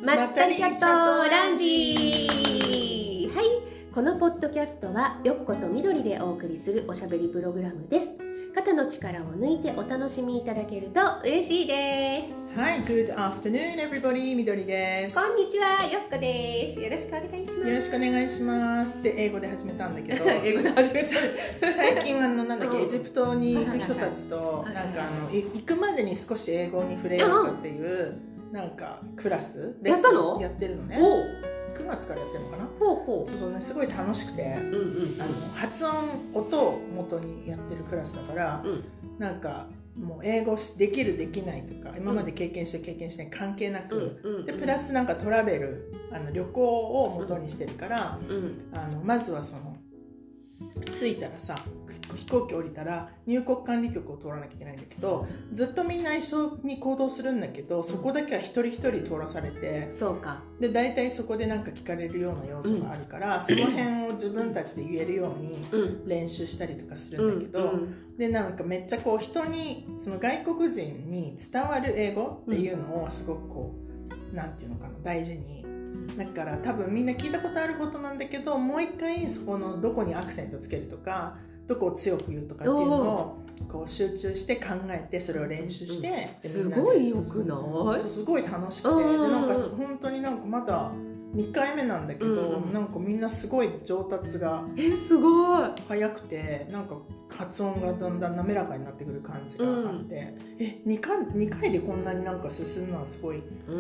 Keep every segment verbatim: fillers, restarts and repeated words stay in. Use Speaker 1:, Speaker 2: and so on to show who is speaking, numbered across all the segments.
Speaker 1: まったりチャットランジ。はい、このポッドキャストはよっことみどりでお送りするおしゃべりプログラムです。肩の力を抜いてお楽しみいただけると嬉しいです。
Speaker 2: はい、Good afternoon everybody、みどりです。
Speaker 1: こんにちは、よっこです。よろしくお願いします。
Speaker 2: よろしくお願いしますって英語で始めたんだけど
Speaker 1: 英語で始めた
Speaker 2: 最近あのなんだっけ、
Speaker 1: うん
Speaker 2: エジプトに行く人たちと
Speaker 1: はいはいはい
Speaker 2: なんかあのい行くまでに少し英語に触れようかっていうなんかクラスレッスン
Speaker 1: やったの
Speaker 2: やってるのね。
Speaker 1: おう
Speaker 2: くがつからやってるのかな。
Speaker 1: ほうほう。
Speaker 2: そうそうね、すごい楽しくて、
Speaker 1: うんうん
Speaker 2: あの発音音を元にやってるクラスだから、
Speaker 1: うん
Speaker 2: なんかもう英語できるできないとか今まで経験して経験して関係なく、
Speaker 1: うんうん、
Speaker 2: でプラスなんかトラベルあの旅行を元にしてるから、
Speaker 1: うん、
Speaker 2: あのまずはその着いたらさ飛行機降りたら入国管理局を通らなきゃいけないんだけど、ずっとみんな一緒に行動するんだけどそこだけは一人一人通らされて、
Speaker 1: そうか。
Speaker 2: で大体そこでなんか聞かれるような要素があるから、うん、その辺を自分たちで言えるように練習したりとかするんだけど、うんうん、でなんかめっちゃこう人にその外国人に伝わる英語っていうのをすごくこうなんていうのかな大事に。だから多分みんな聞いたことあることなんだけど、もう一回そこのどこにアクセントつけるとかどこを強く言うとかっていうのをこう集中して考えてそれを練習して、うん、
Speaker 1: ですごいよくない？
Speaker 2: そうすごい楽しくて、でなんか本当になんかまだにかいめなんだけど、うん、なんかみんなすごい上達が
Speaker 1: えすごい
Speaker 2: 早くて、なんか発音がだんだん滑らかになってくる感じがあって、うん、え 2, かにかいでこんなになんか進むのはすごい、うん、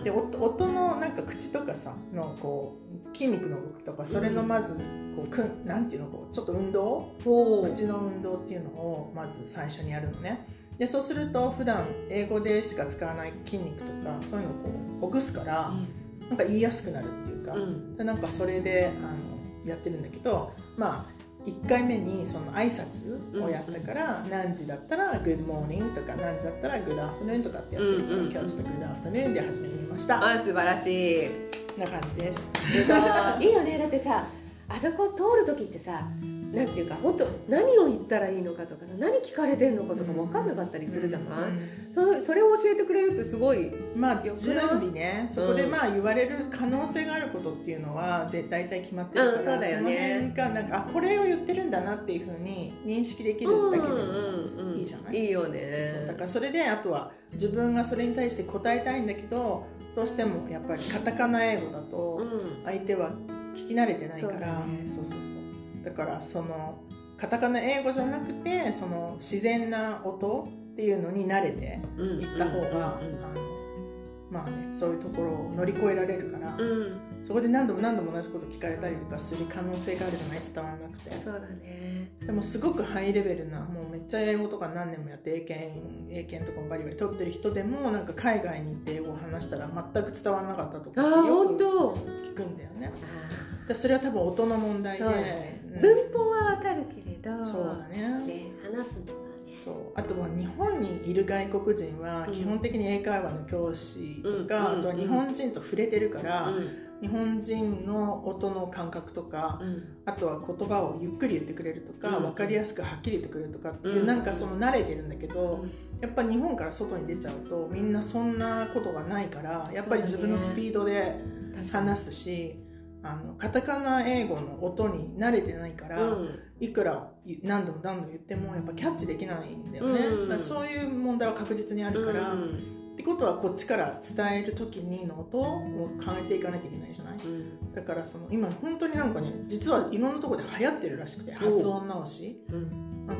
Speaker 2: で 音, 音のなんか口とかさのこう筋肉の動きとかそれのまずこうくんなんていうのこうちょっと運動、口の運動っていうのをまず最初にやるのね。でそうすると普段英語でしか使わない筋肉とかそういうのをこうほぐすから、うんなんか言いやすくなるっていうか、うん、でなんかそれであのやってるんだけど、まあいっかいめにその挨拶をやったから、うん、何時だったら Good morning とか何時だったら Good afternoon とかってやってるから、うんうん、今日ちょっと Good afternoon で始めました。
Speaker 1: あ素晴らしい
Speaker 2: な感じです。
Speaker 1: いいよね。だってさあそこ通る時ってさなんていうか本当何を言ったらいいのかとか何聞かれてんのかとかも分かんなかったりするじゃない、うんうん、それを教えてくれるってすごい
Speaker 2: まあ準備ね。そこでまあ言われる可能性があることっていうのは絶対決まってるから、うん そ, うだよね、その辺がなんかあこれを言ってるんだなっていうふうに認識できるだけでもさ、うんうん、いいじゃない。
Speaker 1: いいよね。
Speaker 2: そうそうだからそれであとは自分がそれに対して答えたいんだけどどうしてもやっぱりカタカナ英語だと相手は聞き慣れてないから、うん、そうそうそうだからそのカタカナ英語じゃなくてその自然な音っていうのに慣れていった方がまあねそういうところを乗り越えられるから、うん、そこで何度も何度も同じこと聞かれたりとかする可能性があるじゃない。伝わらなくて。
Speaker 1: そうだね。
Speaker 2: でもすごくハイレベルなもうめっちゃ英語とか何年もやって英検英検とかもバリバリ取ってる人でもなんか海外に行って英語を話したら全く伝わらなかったとかってよく聞くんだよね。でそれは多分音の問題で、
Speaker 1: ねうん、文法はわかるけれど
Speaker 2: そうだね。
Speaker 1: で話すのはね
Speaker 2: そうあとは日本にいる外国人は基本的に英会話の教師とか、うん、あとは日本人と触れてるから、うん、日本人の音の感覚とか、うん、あとは言葉をゆっくり言ってくれるとか、うん、分かりやすくはっきり言ってくれるとかっていう、うん、なんかその慣れてるんだけど、うん、やっぱ日本から外に出ちゃうとみんなそんなことがないからやっぱり自分のスピードで話すし、あのカタカナ英語の音に慣れてないから、うん、いくら何度も何度も言ってもやっぱキャッチできないんだよね、うん、だからそういう問題は確実にあるから、うん、ってことはこっちから伝える時にの音を変えていかなきゃいけないじゃない、うん、だからその今本当になんかね実はいろんなところで流行ってるらしくて発音直し、うん、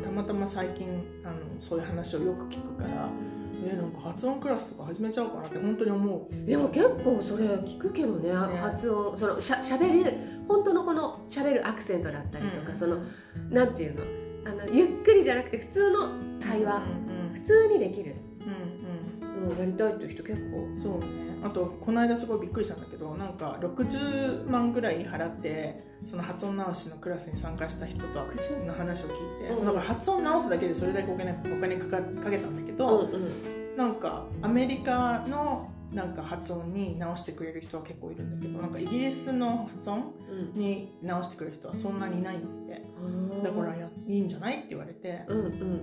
Speaker 2: たまたま最近あのそういう話をよく聞くからえなんか発音クラスとか始めちゃおうかなって本当に思う。
Speaker 1: でも結構それ聞くけど ね, ね発音そのしゃしゃべる本当のこのしゃべるアクセントだったりとか、うん、そのなんていうのあのゆっくりじゃなくて普通の会話、うんうん、普通にできる、うんうん、もうやりたいっていう人結構
Speaker 2: そうね。あとこの間すごいびっくりしたんだけどなんかろくじゅうまんぐらい払ってその発音直しのクラスに参加した人との話を聞いて、うん、その発音直すだけでそれだけお金、お金かか、かけたんだけど、うんうん、なんかアメリカのなんか発音に直してくれる人は結構いるんだけど、なんかイギリスの発音に直してくれる人はそんなにいないんですって、うん、だからやいいんじゃないって言われて、うんうん、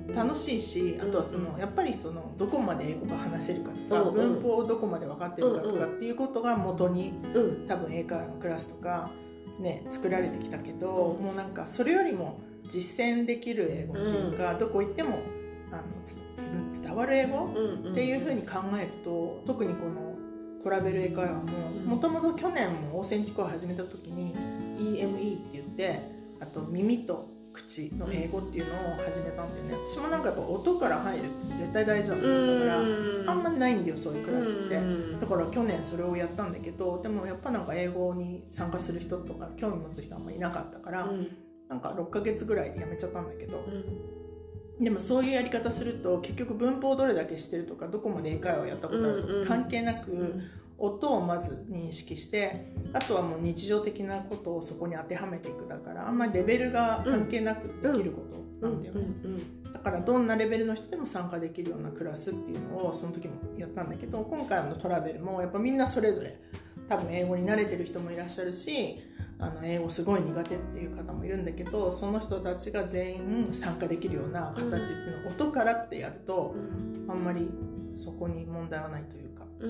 Speaker 2: 楽しいし、あとはそのやっぱりそのどこまで英語が話せるかとか、うんうん、文法をどこまで分かってるかとかっていうことが元に、うん、多分英会話のクラスとかね作られてきたけど、もうなんかそれよりも実践できる英語っていうか、うん、どこ行ってもあのつつ伝わる英語っていうふうに考えると、特にこのトラベル英会話ももともと去年もオーセンティックを始めた時に イーエムイー って言って、あと耳と口の英語っていうのを始めたんだよね。私もなんかやっぱ音から入るって絶対大事だと思ったから、あんまりないんだよそういうクラスって。だから去年それをやったんだけど、でもやっぱなんか英語に参加する人とか興味持つ人あんまりいなかったから、なんかろっかげつぐらいでやめちゃったんだけど、でもそういうやり方すると結局文法をどれだけしてるとかどこまで英会話をやったことあるとか関係なく、うんうん、音をまず認識して、あとはもう日常的なことをそこに当てはめていく。だからあんまりレベルが関係なくできることなんだよね。だからどんなレベルの人でも参加できるようなクラスっていうのをその時もやったんだけど、今回のトラベルもやっぱみんなそれぞれ多分英語に慣れてる人もいらっしゃるし、あの英語すごい苦手っていう方もいるんだけど、その人たちが全員参加できるような形っていうのを音からってやると、うん、あんまりそこに問題はないというか、うん、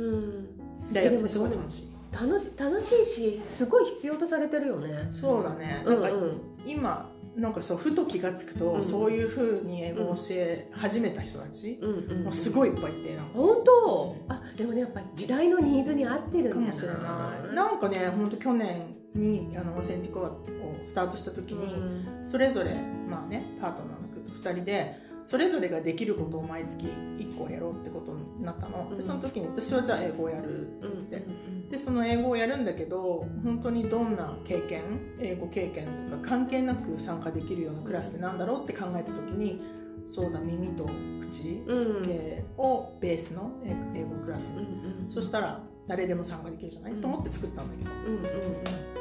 Speaker 2: でやってすごい楽しい。
Speaker 1: 楽し、楽しいしすごい必要とされてるよね。
Speaker 2: そうだね、なんか今なんかそうふと気がつくと、うん、そういう風に英語を教え始めた人たち、うんうんうん、もうすごいいっぱいいて、なんか
Speaker 1: 本当、うん、あでもねやっぱ時代のニーズに合ってるんじゃないかもしれ
Speaker 2: ない。なんかね本当去年にあのオーセンティックをスタートした時に、うん、それぞれまあねパートナーのふたりでそれぞれができることを毎月いっこやろうってことになったの、うん、でその時に私はじゃあ英語をやるって言って、うん、でその英語をやるんだけど、本当にどんな経験英語経験とか関係なく参加できるようなクラスってなんだろうって考えた時に、そうだ耳と口をベースの英語クラス、うんうん、そしたら誰でも参加できるじゃない、うん、と思って作ったんだけど、うんうんうん、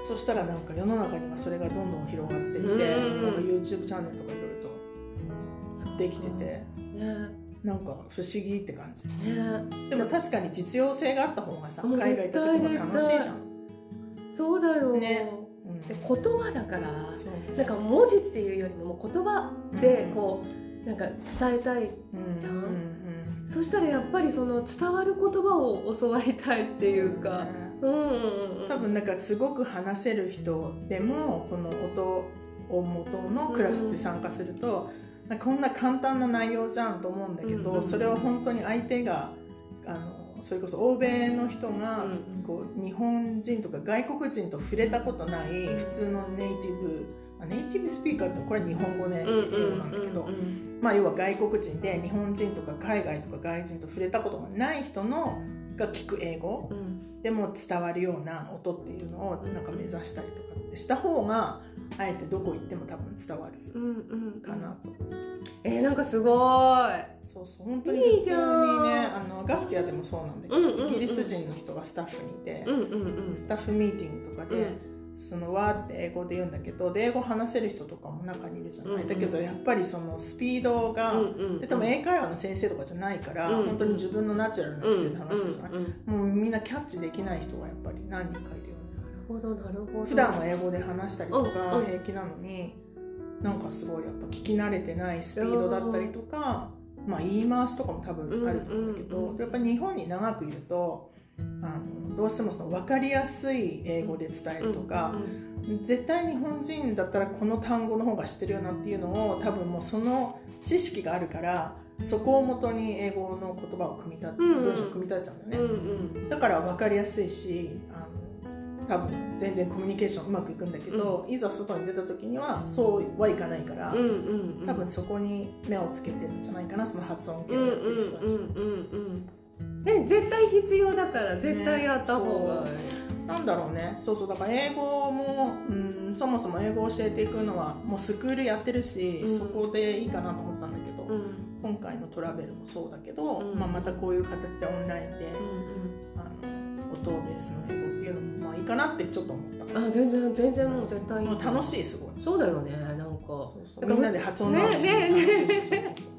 Speaker 2: そしたらなんか世の中にはそれがどんどん広がっていって、うんうん、なんか YouTube チャンネルとかいろいろとできてて、ね、なんか不思議って感じ、ね、でも確かに実用性があった方がさ、海外行った時も楽しいじゃん。
Speaker 1: そうだよ、ね、うん、で言葉だから、なんか文字っていうよりももう言葉でこう、うん、なんか伝えたいじゃん、うんうんうん、そしたらやっぱりその伝わる言葉を教わりたいっていうか、そうね、うんうんうん、
Speaker 2: 多分なんかすごく話せる人でもこの音を元のクラスで参加すると、うん、なんかこんな簡単な内容じゃんと思うんだけど、うんうん、それを本当に相手があのそれこそ欧米の人がこう日本人とか外国人と触れたことない普通のネイティブネイティブスピーカーってこれは日本語ね、英語なんだけど、まあ要は外国人で日本人とか海外とか外人と触れたことがない人のが聞く英語、うん、でも伝わるような音っていうのをなんか目指したりとかってした方があえてどこ行っても多分伝わるかなと、うんうん、
Speaker 1: えー、なんかすごい、
Speaker 2: そうそう本当に普通にね、あのガスティアでもそうなんだけど、うんうんうん、イギリス人の人がスタッフにいて、うんうんうん、スタッフミーティングとかで、うん、そのわーって英語で言うんだけど、で英語話せる人とかも中にいるじゃない、うんうん、だけどやっぱりそのスピードが、うんうん、で多分英会話の先生とかじゃないから、うんうん、本当に自分のナチュラルなスピードで話すじゃない、うんうん、もうみんなキャッチできない人がやっぱり何人かいるよね。
Speaker 1: なるほどなるほど。
Speaker 2: 普段は英語で話したりとか平気なのに、なんかすごいやっぱ聞き慣れてないスピードだったりとか、まあ言い回しとかも多分あると思うんだけど、うんうんうん、やっぱり日本に長くいるとあのどうしてもその分かりやすい英語で伝えるとか、うんうんうん、絶対日本人だったらこの単語の方が知ってるよなっていうのを多分もうその知識があるからそこをもとに英語の言葉を組み立て、うんうん、文章を組み立てちゃうんだよね、うんうん、だから分かりやすいしあの多分全然コミュニケーションうまくいくんだけど、うん、いざ外に出た時にはそうはいかないから、うんうんうん、多分そこに目をつけてるんじゃないかな、その発音系のっていう人たち、うんうんうん
Speaker 1: うん、絶対必要だから絶対やった方が、ね、
Speaker 2: なんだろうね、そうそう、だから英語も、うん、そもそも英語を教えていくのはもうスクールやってるし、うん、そこでいいかなと思ったんだけど、うん、今回のトラベルもそうだけど、うんまあ、またこういう形でオンラインで、うんうん、あの音ベースの英語っていうのもまあいいかなってちょっと思った。
Speaker 1: あ、全然全然もう絶対いい。
Speaker 2: 楽しい、すごい。
Speaker 1: そうだよね、なんか
Speaker 2: そうそう、みんなで発音直しして楽しいし、そうそうそう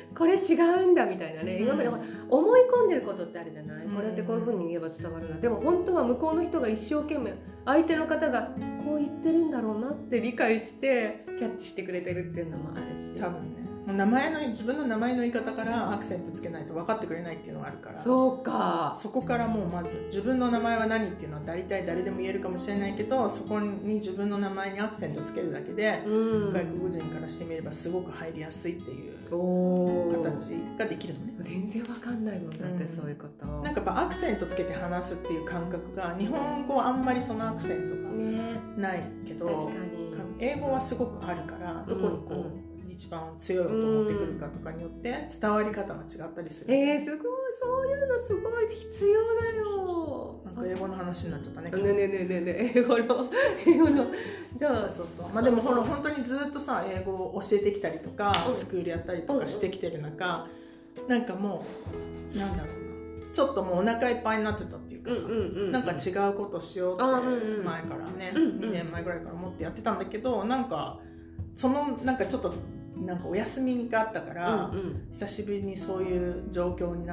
Speaker 1: これ違うんだみたいなね、うん、今まで思い込んでることってあるじゃない、うん、これってこういう風に言えば伝わるな、でも本当は向こうの人が一生懸命相手の方がこう言ってるんだろうなって理解してキャッチしてくれてるっていうのもあるし、
Speaker 2: 多分ね名前の自分の名前の言い方からアクセントつけないと分かってくれないっていうのがあるから、
Speaker 1: そうか、
Speaker 2: そこからもうまず自分の名前は何っていうのは大体誰でも言えるかもしれないけど、そこに自分の名前にアクセントつけるだけで、うん、外国人からしてみればすごく入りやすいっていう形ができるのね。
Speaker 1: 全然分かんないもんだって、うん、そういうこと、
Speaker 2: なんかやっぱアクセントつけて話すっていう感覚が日本語はあんまりそのアクセントがないけど、ね、確かに英語はすごくあるからどこにこう、うんうん一番強い音を持ってくるかとかによって伝わり方が違ったりする。
Speaker 1: えー、すごい、そういうのすごい必要だよ。
Speaker 2: なんか英語の話になっちゃったね。
Speaker 1: ねねねねね英語の英語の
Speaker 2: じゃあそうそうそう。まあでもほら本当にずっとさ英語を教えてきたりとか、うん、スクールやったりとかしてきてる中、うん、なんかもうなんだろうな、ちょっともうお腹いっぱいになってたっていうかさ、うんうんうんうん、なんか違うことしようって前からね、うんうん、にねんまえぐらいから思ってやってたんだけど、なんかそのなんかちょっとなんかお休みがあったから、うんうん、久しぶりにそういう状況になって、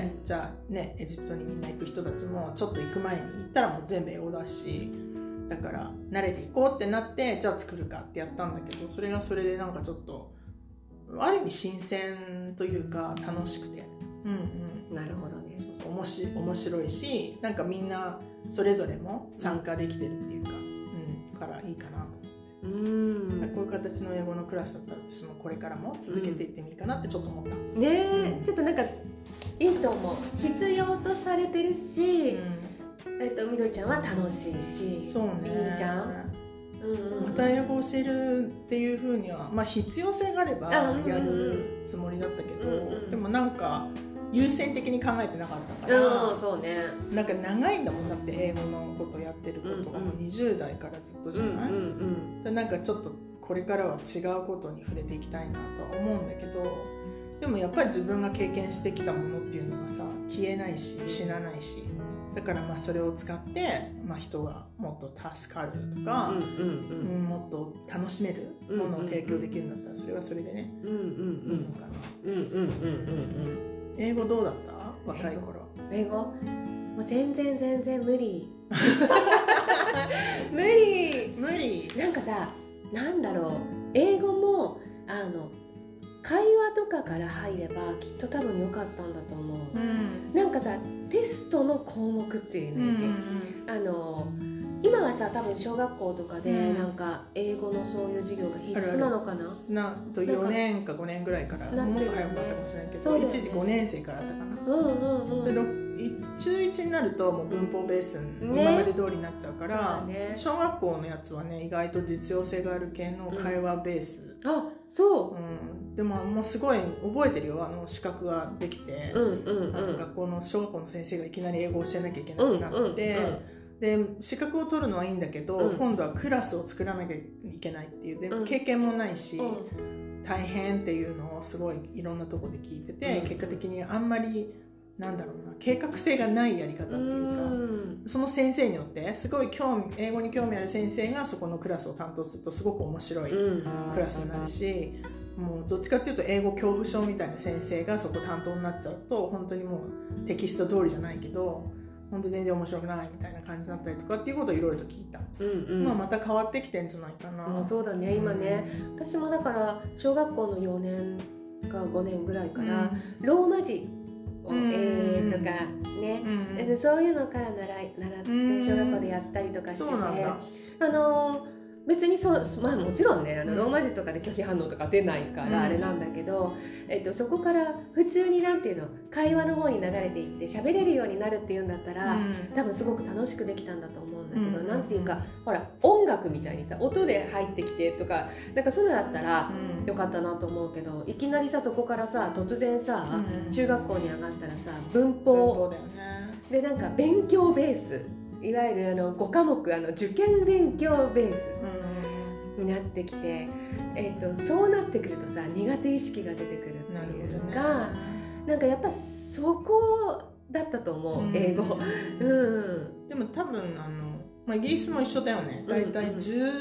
Speaker 2: うん、じゃあねエジプトにみんな行く人たちもちょっと行く前に行ったらもう全部英語だし、だから慣れていこうってなって、じゃあ作るかってやったんだけど、それがそれでなんかちょっとある意味新鮮というか楽しくて、
Speaker 1: うんうん、なるほどね、
Speaker 2: そうそう面白い、面白いし、なんかみんなそれぞれも参加できてるっていうか、うん、からいいかなと。うん、こういう形の英語のクラスだったら私もこれからも続けていってもいいかなってちょっと思った、うん、
Speaker 1: ねえ、うん、ちょっとなんかいいと思う、必要とされてるし、うん、えっとみどりちゃんは楽しいし、
Speaker 2: そうね、
Speaker 1: いいじゃん、
Speaker 2: うんうん、また英語を教えるっていうふうには、まあ、必要性があればやるつもりだったけど、うんうん、でもなんか優先的に考えてなかったから、
Speaker 1: うん、そうね、
Speaker 2: なんか長いんだもんだって英語のことやってることがもうにじゅう代からずっとじゃない、うんうんうん、なんかちょっとこれからは違うことに触れていきたいなとは思うんだけど、でもやっぱり自分が経験してきたものっていうのがさ消えないし死なないし、だからまあそれを使って、まあ、人がもっと助かるとか、うんうんうん、もっと楽しめるものを提供できるんだったらそれはそれでね、うんうんうん、いいのかな、うんうんうんうんうん。英語どうだった？若い頃。
Speaker 1: 英語？もう全然全然無理。無理。
Speaker 2: 無理。
Speaker 1: なんかさ、なんだろう。英語もあの会話とかから入ればきっと多分良かったんだと思う。うん、なんかさ、テストの項目っていうイメージ。うんうん、あの今はさ多分小学校とかでなんか英語のそういう授業が必須なのかな、
Speaker 2: うん、なとよねんかごねんぐらいからもっと早くなったかもしれないけど、ね、一時ごねん生からあったかな、うんうんうん、で中いちになるともう文法ベース、ね、今まで通りになっちゃうから、ね、小学校のやつはね意外と実用性がある系の会話ベース、
Speaker 1: うん、あそう、
Speaker 2: うん、でももうすごい覚えてるよ、あの資格ができて、うんうんうん、あの学校の小学校の先生がいきなり英語を教えなきゃいけなくなって、うんうんうんで資格を取るのはいいんだけど、うん、今度はクラスを作らなきゃいけないっていうで、うん、経験もないし、うん、大変っていうのをすごいいろんなところで聞いてて、うん、結果的にあんまりなんだろうな計画性がないやり方っていうか、うん、その先生によってすごい興味英語に興味ある先生がそこのクラスを担当するとすごく面白いクラスになるし、もうどっちかっていうと英語恐怖症みたいな先生がそこ担当になっちゃうと本当にもうテキスト通りじゃないけど本当全然面白くないみたいな感じだったりとかっていうことをいろいろと聞いた、うんうんまあ、また変わってきてんじゃないかな、
Speaker 1: うん、そうだね今ね、うん、私もだから小学校のよねんかごねんぐらいから、うん、ローマ字を、うん、えーとかね、うん、そういうのから習い習って小学校でやったりとかしてて、うん、そうなんだあのー別にそう、まあ、もちろんねあのローマ字とかで拒否反応とか出ないからあれなんだけど、うんえっと、そこから普通になんていうの会話の方に流れていって喋れるようになるっていうんだったら、うん、多分すごく楽しくできたんだと思うんだけど、うん、なんていうかほら音楽みたいにさ音で入ってきてとかなんかそういうのだったらよかったなと思うけど、いきなりさそこからさ突然さ、うん、中学校に上がったらさ文法、
Speaker 2: 文法だよね、
Speaker 1: でなんか勉強ベースいわゆるあのごかもくあの受験勉強ベースになってきて、えー、とそうなってくるとさ苦手意識が出てくるっていうか な,、ね、なんかやっぱそこだったと思う、うん、英語、うん、
Speaker 2: でも多分あの、まあ、イギリスも一緒だよね、だいたいじゅう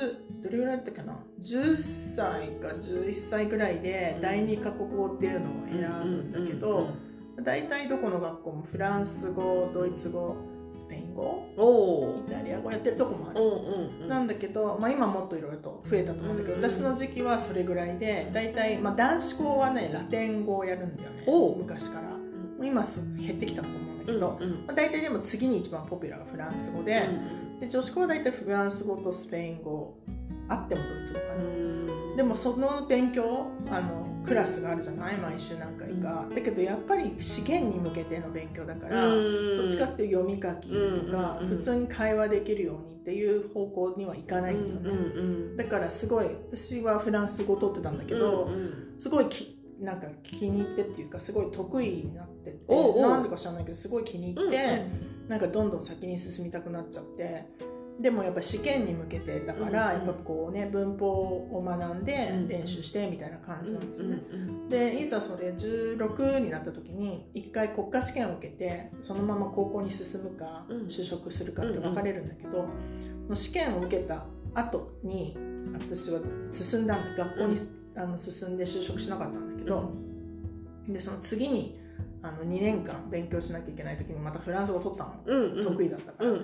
Speaker 2: どれぐらいだったかな、じゅっさいかじゅういっさいぐらいでだいにカ国語っていうのを選ぶんだけど、だいたいどこの学校もフランス語、ドイツ語、スペイン語、イタリア語やってるとこもある、うんうん、なんだけど、まあ、今もっといろいろと増えたと思うんだけど、うんうん、私の時期はそれぐらいで、だいたい、まあ、男子校はねラテン語をやるんだよね、昔から。今減ってきたと思うんだけど、うんうん、まあ、だいたいでも次に一番ポピュラーがフランス語で、うんうん、で女子校はだいたいフランス語とスペイン語、あってもドイツ語かな、うん、でもその勉強、あのクラスがあるじゃない、毎週何回か、うん、だけどやっぱり試験に向けての勉強だから、うん、どっちかっていう読み書きとか、うん、普通に会話できるようにっていう方向にはいかないんだよね、うんうん、だからすごい、私はフランス語取ってたんだけど、うんうん、すごいきなんか気に入ってっていうか、すごい得意になってって、おうおう、なんでか知らないけどすごい気に入って、うんうん、なんかどんどん先に進みたくなっちゃって、でもやっぱ試験に向けてだから、やっぱこうね、文法を学んで練習してみたいな感じなんだよね、うんうん、でいざそれじゅうろくになった時に一回国家試験を受けて、そのまま高校に進むか就職するかって分かれるんだけど、うんうん、試験を受けた後に私は進んだんだ、学校にあの進んで就職しなかったんだけど、うん、でその次にあのにねんかん勉強しなきゃいけない時にまたフランス語を取ったの、うんうん、得意だったから、うんうん、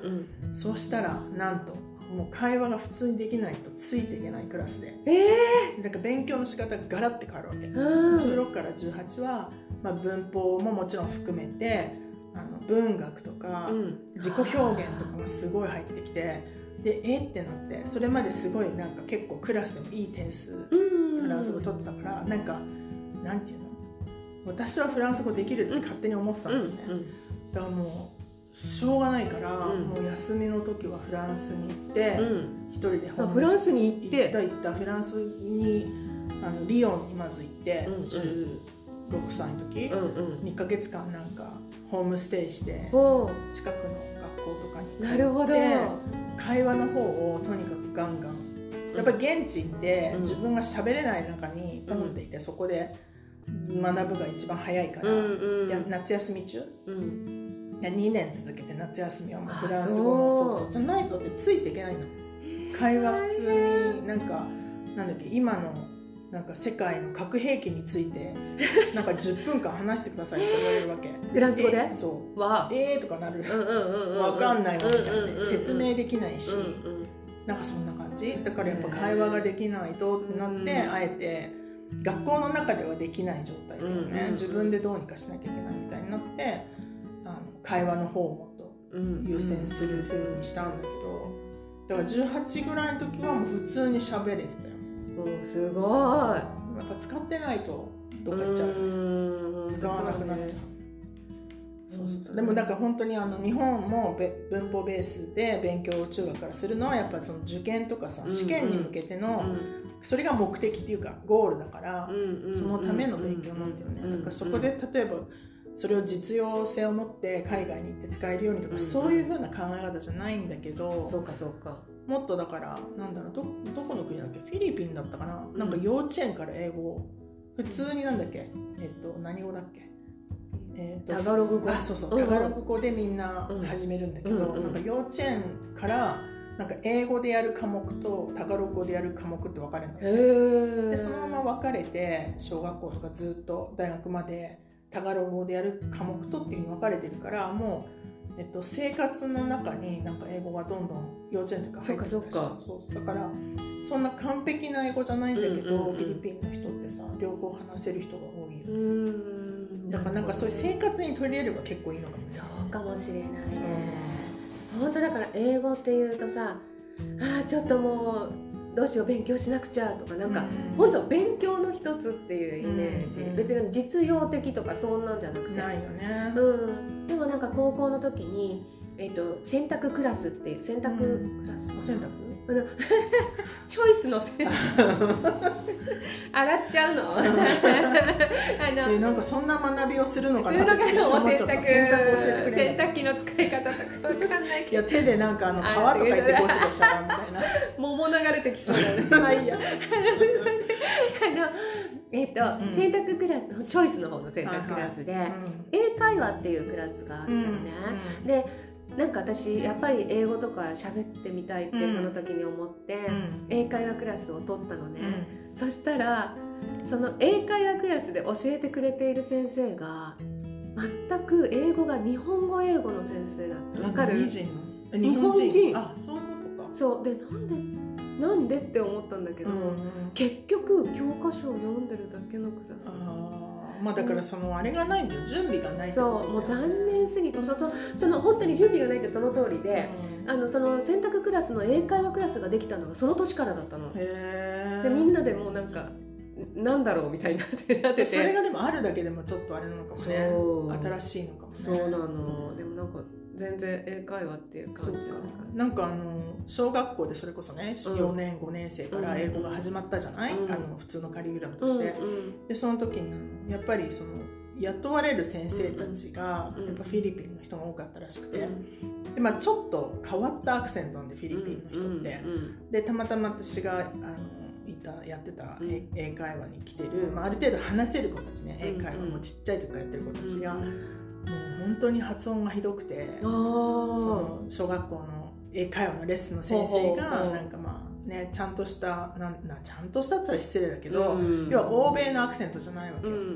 Speaker 2: そうしたらなんともう会話が普通にできないとついていけないクラスで、えー、だから勉強の仕方がガラッて変わるわけ、うん、じゅうろくからじゅうはちは、まあ、文法ももちろん含めて、あの文学とか、うん、自己表現とかがすごい入ってきて、でえってなって、それまですごいなんか結構クラスでもいい点数フランス語取ってたから、なんかなんていうの、私はフランス語できるって勝手に思ってたんだよね、うんうん、だからもうしょうがないから、うん、もう休みの時はフランスに行って、うん、一人でホーム
Speaker 1: フランスに行って
Speaker 2: 行った行ったフランスにあのリヨンにまず行って、うんうん、じゅうろくさいの時、うんうん、にかげつかんなんかホームステイして近くの学校とかに行って、
Speaker 1: なるほど、
Speaker 2: 会話の方をとにかくガンガン、やっぱり現地で自分が喋れない中にポンっていて、そこで学ぶが一番早いから、うんうん、や夏休み中、うん、にねん続けて夏休みはもうフランス語もそうそうじゃないとってついていけないの。会話普通になんかなんだっけ、今のなんか世界の核兵器についてなんかじゅっぷんかん話してくださいって言われるわけ。
Speaker 1: フランス語で？
Speaker 2: そうわえーとかなる、わかんないわみたいな、説明できないし、うんうん、なんかそんな感じだから、やっぱ会話ができないとってなって、あえて学校の中ではできない状態だよね、うんうんうん、自分でどうにかしなきゃいけないみたいになって、あの会話の方をもっと優先する風にしたんだけど、だからじゅうはちぐらいの時はもう普通に喋れてたよ。
Speaker 1: うん、すごい。
Speaker 2: やっぱ使ってないとどっか行っちゃうよね、使わなくなっちゃう。そうそうそう。でもなんか本当にあの日本も文法ベースで勉強を中学からするのはやっぱその受験とかさ、試験に向けてのそれが目的っていうかゴールだから、そのための勉強なんだよね。だからそこで例えばそれを実用性を持って海外に行って使えるようにとか、そういう風な考え方じゃないんだけど、
Speaker 1: そうかそうか。
Speaker 2: もっとだからなんだろう、 ど, どこの国だっけ、フィリピンだったかな、うん、なんか幼稚園から英語を普通になんだっけ、えっと何語だっけ、えっと
Speaker 1: タガログ語、
Speaker 2: あそうそう、タガログ語でみんな始めるんだけど、うんうん、なんか幼稚園からなんか英語でやる科目とタガログ語でやる科目って分かれるのよね。でそのまま分かれて小学校とかずっと大学までタガログ語でやる科目とっていう風に分かれてるから、もうえっと、生活の中になんか英語がどんどん幼稚園とか入ってくるでしょ。そうそう、だからそんな完璧な英語じゃないんだけど、うんうんうん、フィリピンの人ってさ両方話せる人が多いよ、うん、だからなんかそういう生活に取り入れれば結構いいのかも、ね、
Speaker 1: そうかもしれないね、うん、本当だから英語っていうとさ、あちょっともうどうしよう勉強しなくちゃとか、なんか、うん、本当勉強の一つっていうイメージ、うん、別に実用的とかそんなんじゃなくて
Speaker 2: ないよね、
Speaker 1: うん、でもなんか高校の時に、えーと、選択クラスっていう選択クラス、
Speaker 2: うん、選択
Speaker 1: あのチョイスの洗っちゃうのあ
Speaker 2: のえなんかそんな学びをするのかなって
Speaker 1: 一緒
Speaker 2: 思っちゃった。
Speaker 1: 洗濯洗濯機の使い方とか分かんないけど、
Speaker 2: いや手でなんかあの皮とか言ってゴシゴシ洗うみたいな
Speaker 1: 桃流れてきそうだねまあいいやあのえっと、うん、選択クラスチョイスの方の選択クラスで、はいはい、英会話っていうクラスがあったのね、うんうん、でなんか私やっぱり英語とか喋ってみたいってその時に思って、うん、英会話クラスを取ったのね、うん、そしたらその英会話クラスで教えてくれている先生が全く英語が日本語英語の先生だった。わかる？日本人。
Speaker 2: あ、そういうことか。
Speaker 1: そうで、なんでなんでって思ったんだけど、うんうん、結局教科書を読んでるだけのクラス。
Speaker 2: あ、まあだからそのあれがないんだよ、準備がないってことだよね。
Speaker 1: そう、もう残念すぎて、そのその本当に準備がないってその通りで、うん、あのその選択クラスの英会話クラスができたのがその年からだったの。へー。でみんなでもうなんかなんだろうみたいになってなってて、
Speaker 2: それがでもあるだけでもちょっとあれなのかもね。新しいのかもね。
Speaker 1: そうなの。でもなんか全然英会話っていう感じ。
Speaker 2: なんかあの小学校でそれこそね、よねんごねん生から英語が始まったじゃない、うん、あの普通のカリキュラムとして、うんうん、でその時にあのやっぱりその雇われる先生たちがやっぱフィリピンの人が多かったらしくて、で、まあ、ちょっと変わったアクセントなんでフィリピンの人って、でたまたま私があのいたやってた英会話に来てる、まあ、ある程度話せる子たちね、英会話もちっちゃい時からやってる子たちが、もう本当に発音がひどくて、その小学校の英会話のレッスンの先生がなんかまあね、ちゃんとしたなんなちゃんとしたって言ったら失礼だけど、うん、要は欧米のアクセントじゃないわけよ、うんうん、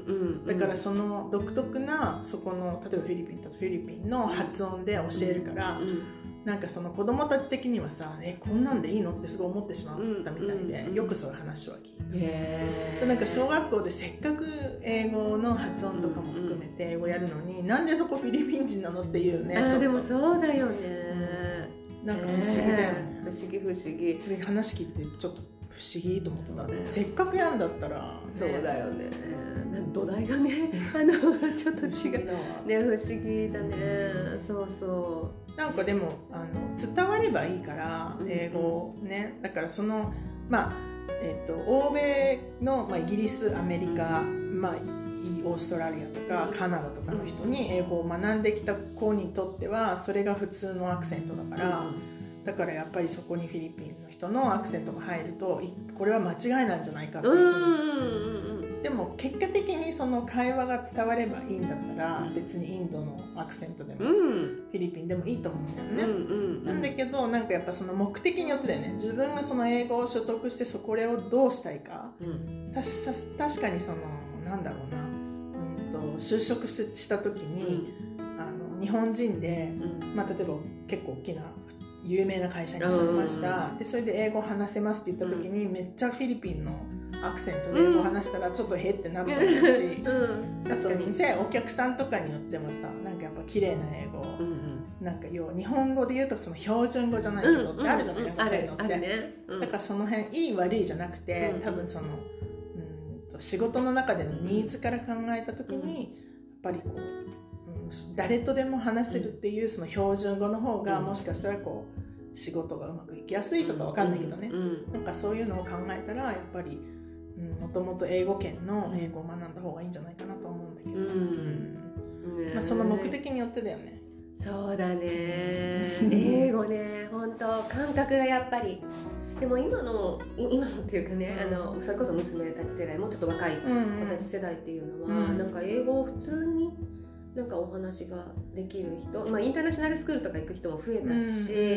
Speaker 2: だからその独特なそこの例えばフィリピンだとフィリピンの発音で教えるから、うんうん、なんかその子供たち的にはさ、えこんなんでいいのってすごい思ってしまったみたいで、うんうん、よくそういう話は聞いた。へー。なんか小学校でせっかく英語の発音とかも含めて英語やるのに、うんうん、なんでそこフィリピン人なのっていうね。
Speaker 1: あでもそうだよね、
Speaker 2: うん、なんか不思議だよね、
Speaker 1: 不思議不思議
Speaker 2: で話聞いてちょっと不思議と思ってた、ね、せっかくやんだったら、ね、
Speaker 1: そうだよね、土台がねあのちょっと違うね、不思議だね、うん、そうそう
Speaker 2: なんかでもあの伝わればいいから英語ね、だからそのまあえー、と欧米の、まあ、イギリスアメリカ、まあ、オーストラリアとかカナダとかの人に英語を学んできた子にとってはそれが普通のアクセントだから、だからやっぱりそこにフィリピンの人のアクセントが入るとこれは間違いなんじゃないかっていうふうに。でも結果的にその会話が伝わればいいんだったら別にインドのアクセントでもフィリピンでもいいと思うんだよね、うんうんうん、なんだけどなんかやっぱその目的によってだよね、自分がその英語を取得してそこれをどうしたいか、うん、た確かにそのなんだろうな、うんと就職した時に、うん、あの日本人で、うんまあ、例えば結構大きな有名な会社に勤めました、うん、でそれで英語を話せますって言った時に、うん、めっちゃフィリピンのアクセントで英語を話したらちょっとへってなると思うし、うん、あと店お客さんとかによってもさ、なんかやっぱ綺麗な英語、うんうん、なんか要は日本語で言うとその標準語じゃないけどってあるじゃない、うんうん、そういうのって、ねうん、だからその辺いい悪いじゃなくて、うん、多分そのうんと仕事の中でのニーズから考えた時に、うん、やっぱりこう、うん、誰とでも話せるっていうその標準語の方がもしかしたらこう仕事がうまくいきやすいとかわかんないけどね、うんうん、なんかそういうのを考えたらやっぱりもともと英語圏の英語を学んだ方がいいんじゃないかなと思うんだけど、うんうんまあ、その目的によってだよね。
Speaker 1: そうだね英語ね本当感覚がやっぱりでも今の今のっていうかね、うん、あのそれこそ娘たち世代もうちょっと若い子たち世代っていうのは、うん、なんか英語を普通になんかお話ができる人、まあ、インターナショナルスクールとか行く人も増えたし、うんうん、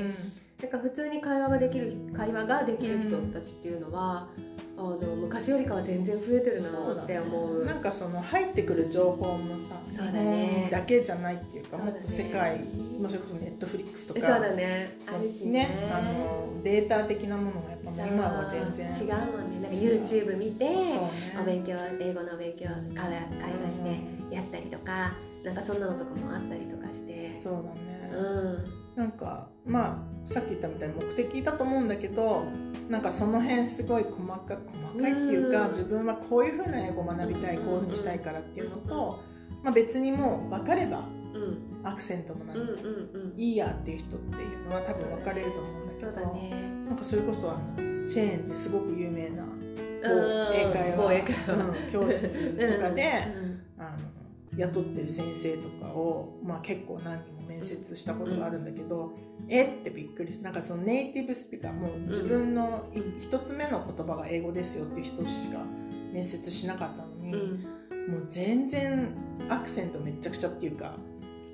Speaker 1: なんか普通に会話ができる会話ができる人たちっていうのは、うん、あの昔よりかは全然増えてるなって思う。
Speaker 2: う、ね、なんかその入ってくる情報もさ、
Speaker 1: そうだね、
Speaker 2: 日本だけじゃないっていうか、もっと世界、もそれこそネットフリックスとか、
Speaker 1: そうだね、あるしね、
Speaker 2: ね、あのデータ的なものがやっぱ今は全然
Speaker 1: 違うもんね。なんか YouTube 見て、ね、お勉強英語のお勉強会話してやったりとか、なんかそんなのとかもあったりとかして、
Speaker 2: そうだね、うんなんかまあさっき言ったみたいに目的だと思うんだけど、なんかその辺すごい細か細かいっていうか、自分はこういう風な英語を学びたい、こういう風にしたいからっていうのと、まあ、別にもう分かれば、アクセントも何もいいやっていう人っていうのは多分分かれると思うんだけど、そうだね、なんかそれこそあのチェーンですごく有名な英会話、うん、教室とかで、あの雇ってる先生とかを、まあ、結構何人も面接したことがあるんだけど、うん、えってびっくりする。なんかそのネイティブスピーカーも自分の一つ目の言葉が英語ですよっていう人しか面接しなかったのに、うん、もう全然アクセントめちゃくちゃっていうか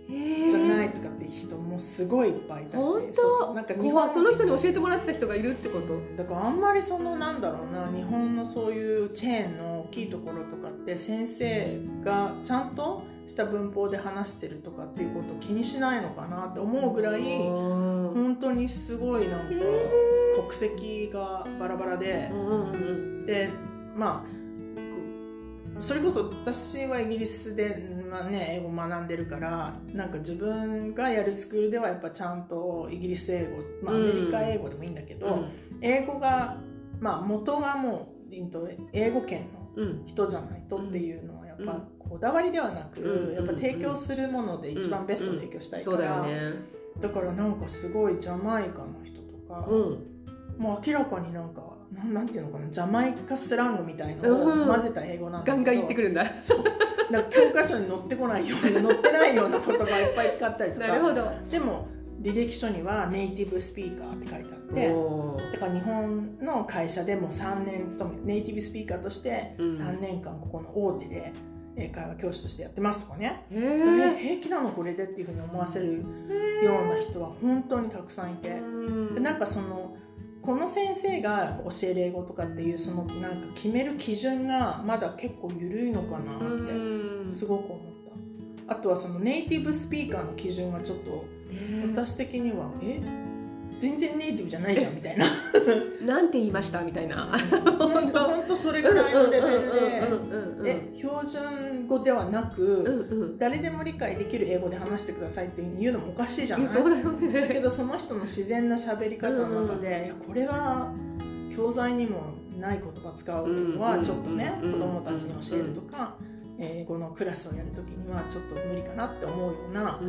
Speaker 2: じゃないとかって人もすごいいっぱいいたし、
Speaker 1: 本当
Speaker 2: そうそうなんか日本
Speaker 1: その人に教えてもらってた人がいるってこと。
Speaker 2: だからあんまりそのなんだろうな、日本のそういうチェーンの大きいところとかって先生がちゃんとした文法で話してるとかっていうことを気にしないのかなって思うぐらい本当にすごいなんか国籍がバラバラで、でまあそれこそ私はイギリスで、まあね、英語を学んでるからなんか自分がやるスクールではやっぱちゃんとイギリス英語、まあ、アメリカ英語でもいいんだけど、うん、英語が、まあ、元がもう英語圏の人じゃないとっていうのはやっぱこだわりではなく、うん、やっぱ提供するもので一番ベストを提供したいから、うんうん、そうだよね。だからなんかすごいジャマイカの人とか、うん、もう明らかになんかな, なんていうのかな、ジャマイカスラングみたいのを混ぜた英語なんだけど、
Speaker 1: ガンガン言ってくるんだ。
Speaker 2: そうなんか教科書に載ってこないような載ってないような言葉をいっぱい使ったりとか。
Speaker 1: なるほど。
Speaker 2: でも履歴書にはネイティブスピーカーって書いてあって、だから日本の会社でもさんねん勤めネイティブスピーカーとしてさんねんかんここの大手で英会話教師としてやってますとかね、えー、平気なのこれでっていうふうに思わせるような人は本当にたくさんいて、でなんかそのこの先生が教える英語とかっていうそのなんか決める基準がまだ結構緩いのかなってすごく思った。あとはそのネイティブスピーカーの基準はちょっと私的にはえ全然ネイティブじゃないじゃんみたいな
Speaker 1: なんて言いましたみたいな
Speaker 2: 本当本当それぐらいのレベルで標準語ではなく、うんうん、誰でも理解できる英語で話してくださいって言うのもおかしいじゃない。
Speaker 1: そうだよね。
Speaker 2: だけどその人の自然な喋り方の中で、うんうん、いやこれは教材にもない言葉使うのはちょっとね、うんうん、子どもたちに教えるとか、うんうん、英語のクラスをやるときにはちょっと無理かなって思うような、うん、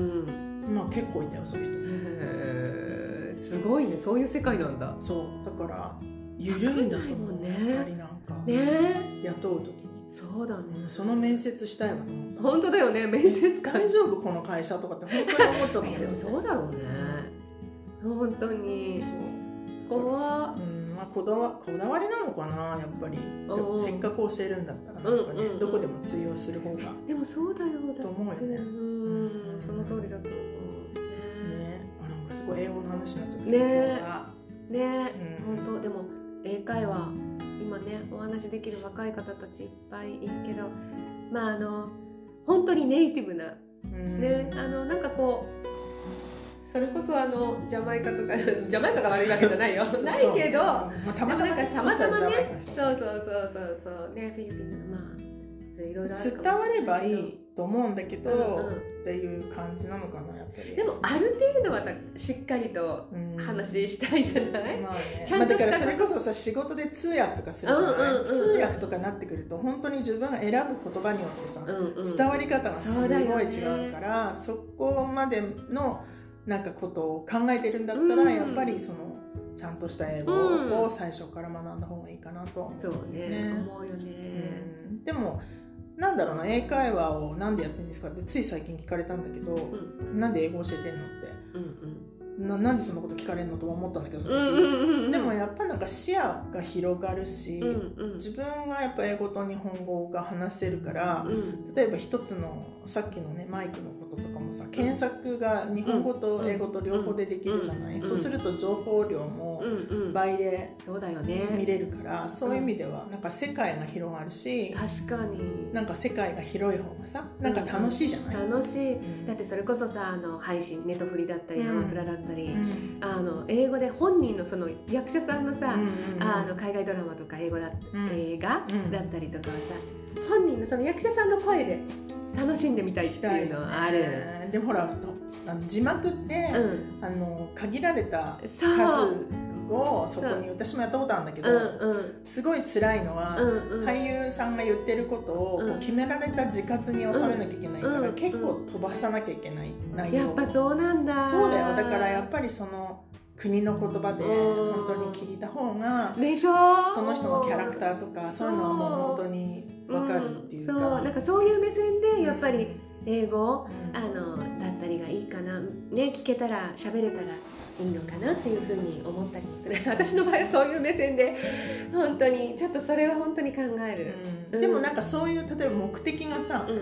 Speaker 2: まあ結構いたよそういう人。
Speaker 1: すごいね、そういう世界なんだ。
Speaker 2: そうだから緩いんだと思うね、やはりなんか、ね、雇うときに。
Speaker 1: そうだね、
Speaker 2: うん、その面接したいわと思った。
Speaker 1: 本当だよね、面接官
Speaker 2: 大丈夫この会社とかって本当に思っちゃった、ね、
Speaker 1: でもそうだろうね、本当にそう怖っ、
Speaker 2: うんまあ、こだわこだわりなのかなやっぱり。せっかく教えるんだったらなんかね、うんうんうん、どこでも通用する方が
Speaker 1: でもそうだよだ
Speaker 2: と思うよね。
Speaker 1: うん、その通りだと思う
Speaker 2: ね。なんかすごい英語の話になっちゃった
Speaker 1: ねね、うん、本当でも英会話今ねお話できる若い方たちいっぱいいるけど、まああの本当にネイティブな、うん、ね、あのなんかこうそれこそあのジャマイカとかジャマイカが悪いわけじゃないよないけど、まあ、たまたまねたまたまねそうそうそうそうそうねフィリピンのまあいろいろあるかもしれないけど
Speaker 2: 伝わればいいと思うんだけど、うんうん、っていう感じなのかなやっぱり。
Speaker 1: でもある程度はしっかりと話したいじゃない、うん、まあね、
Speaker 2: ちゃんとした、まあ、だからそれこそさ仕事で通訳とかするじゃない、うんうんうん、通訳とかになってくると本当に自分が選ぶ言葉によってさ、うんうん、伝わり方がすごい違うから そ, そこまでのなんかことを考えてるんだったら、うん、やっぱりそのちゃんとした英語を最初から学んだ方がいいかなとは思う、ね、
Speaker 1: そうね思うよね、
Speaker 2: うん、でもなんだろうな英会話をなんでやってるんですかってつい最近聞かれたんだけど、うん、なんで英語教えてんのって、うんうん、な, なんでそんなこと聞かれるのとは思ったんだけどその時、うんうんうん、でもやっぱなんか視野が広がるし、うんうん、自分がやっぱ英語と日本語が話せるから、うん、例えば一つのさっきのねマイクのこととかもさ検索が日本語と英語と両方でできるじゃない、うんうん、そうすると情報量も倍で見れるから、うんうん、そういう意味ではなんか世界が広がるし、
Speaker 1: 確かに
Speaker 2: なんか世界が広い方がさなんか楽しいじゃない、
Speaker 1: うんうん、楽しい、うん、だってそれこそさあの配信ネットフリだったり、うん、アマプラだったり、うん、あの英語で本人のその役者さんのさ、うんうんうん、あの海外ドラマとか英語だ、うん、映画、うん、だったりとかはさ本人のその役者さんの声で楽しんでみたいっていうのはある、
Speaker 2: ね、でもほらあの字幕って、うん、あの限られた数をそこに私もやったことあるんだけど、うんうん、すごい辛いのは、うんうん、俳優さんが言ってることをこう決められた字数に収めなきゃいけないから、うん、結構飛ばさなきゃいけない内容。
Speaker 1: やっぱそうなんだ。
Speaker 2: そうだよ。だからやっぱりその国の言葉で本当に聞いた方が
Speaker 1: でしょ
Speaker 2: その人のキャラクターとかそういうのはもう本当に分かるっていうか、うん、
Speaker 1: そうなんかそういう目線でやっぱり英語、うん、あのだったりがいいかな、ね、聞けたら喋れたらいいのかなっていうふうに思ったりもする。私の場合はそういう目線で本当にちょっとそれは本当に考える、
Speaker 2: うんうん、でもなんかそういう例えば目的がさ、うん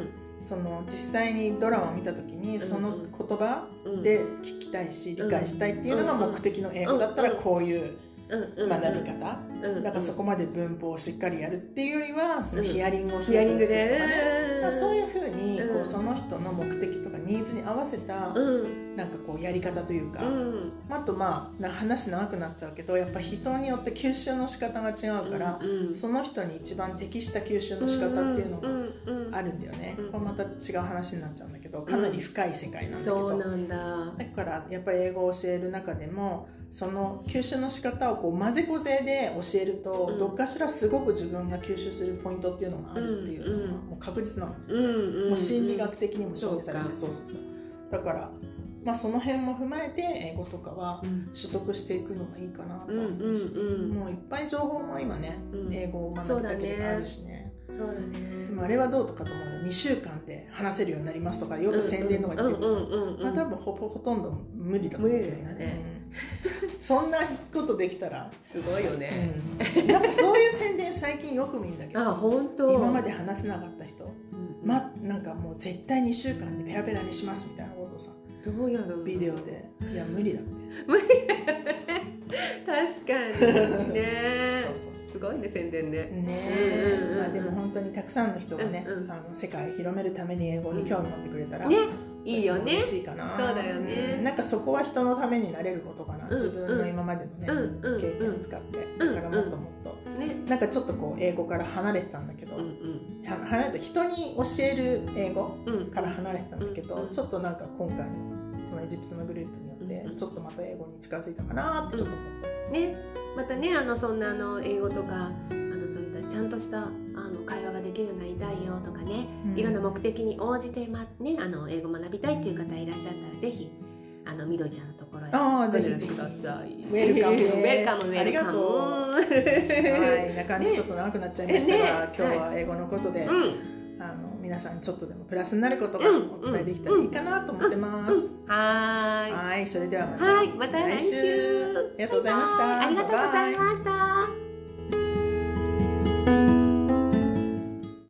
Speaker 2: その実際にドラマを見た時にその言葉で聞きたいし理解したいっていうのが目的の英語だったらこういう学び方、だからそこまで文法をしっかりやるっていうよりはそのヒアリングをするとかね、そういうふうにこうその人の目的とかニーズに合わせたなんかこうやり方というか、あとまあ話長くなっちゃうけどやっぱ人によって吸収の仕方が違うからその人に一番適した吸収の仕方っていうのがあるんだよね。これまた違う話になっちゃうんだけどかなり深い世界なんだけど、
Speaker 1: そうなんだ。
Speaker 2: だからやっぱり英語を教える中でもその吸収の仕方をこう混ぜこぜで教えると、うん、どっかしらすごく自分が吸収するポイントっていうのがあるっていうのはもう確実なんですよ、うんうん、もう心理学的にも証明されて、そうそうそうだから、まあ、その辺も踏まえて英語とかは取得していくのがいいかなと思うし、うんうんうん、もういっぱい情報も今ね、うん、英語を学びたければあるしね、
Speaker 1: そうだね。
Speaker 2: あれはどうとかと思うよ。にしゅうかんで話せるようになりますとかよく宣伝とか言ってるけど、まあ多分ほほとんど無理だと思うけどね。そんなことできたら
Speaker 1: すごいよね、
Speaker 2: うん、なんかそういう宣伝最近よく見るんだけど
Speaker 1: あ本当
Speaker 2: 今まで話せなかった人、うんま、なんかもう絶対にしゅうかんでペラペラにしますみたいなことをさ
Speaker 1: どうやる
Speaker 2: ビデオでいや無理だって
Speaker 1: 無理確かにねそうそうすごいね宣伝ね
Speaker 2: ね、うんうんうんまあ、でも本当にたくさんの人がね、うんうん、あの世界を広めるために英語に興味持ってくれたら、
Speaker 1: ねいいよね。
Speaker 2: 嬉しいかな。
Speaker 1: そうだよね。
Speaker 2: なんかそこは人のためになれることかな。うん、自分の今までのね、うん、経験を使って、うん、だからもっともっと、うんね、なんかちょっとこう英語から離れてたんだけど、うんうん、離れて人に教える英語から離れてたんだけど、うん、ちょっとなんか今回のそのエジプトのグループによってちょっとまた英語に近づいたかなってちょっと思った。
Speaker 1: うん、ね、またねあのそんなあの英語とか。そういったちゃんとしたあの会話ができるようになりたいよとかね、うん、いろんな目的に応じて、まね、あの英語学びたいっていう方いらっしゃったらぜひあのみどりちゃんのところへ
Speaker 2: ご
Speaker 1: 連絡ください。
Speaker 2: ウェルカムです。
Speaker 1: ウェルカムウェルカム。
Speaker 2: ありがとう。はい、な感じでちょっと長くなっちゃいましたが、ね、今日は英語のことで、はい、あの皆さんちょっとでもプラスになることがお伝えできたらいいかなと思ってます。
Speaker 1: うんうんうん、はい。
Speaker 2: はい、それではまた、
Speaker 1: はい、また来週。
Speaker 2: ありがとうございました。
Speaker 1: ありがとうございました。